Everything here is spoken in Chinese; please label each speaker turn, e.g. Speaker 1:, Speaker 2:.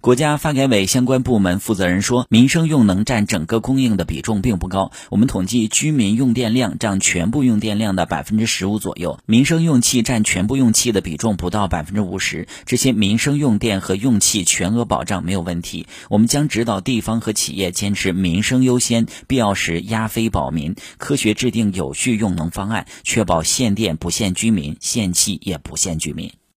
Speaker 1: 国家发改委相关部门负责人说，民生用能占整个供应的比重并不高。我们统计居民用电量占全部用电量的15%左右，民生用气占全部用气的比重不到50%。这些民生用电和用气全额保障没有问题。我们将指导地方和企业坚持民生优先，必要时压非保民，科学制定有序用能方案，确保限电不限居民，限气也不限居民。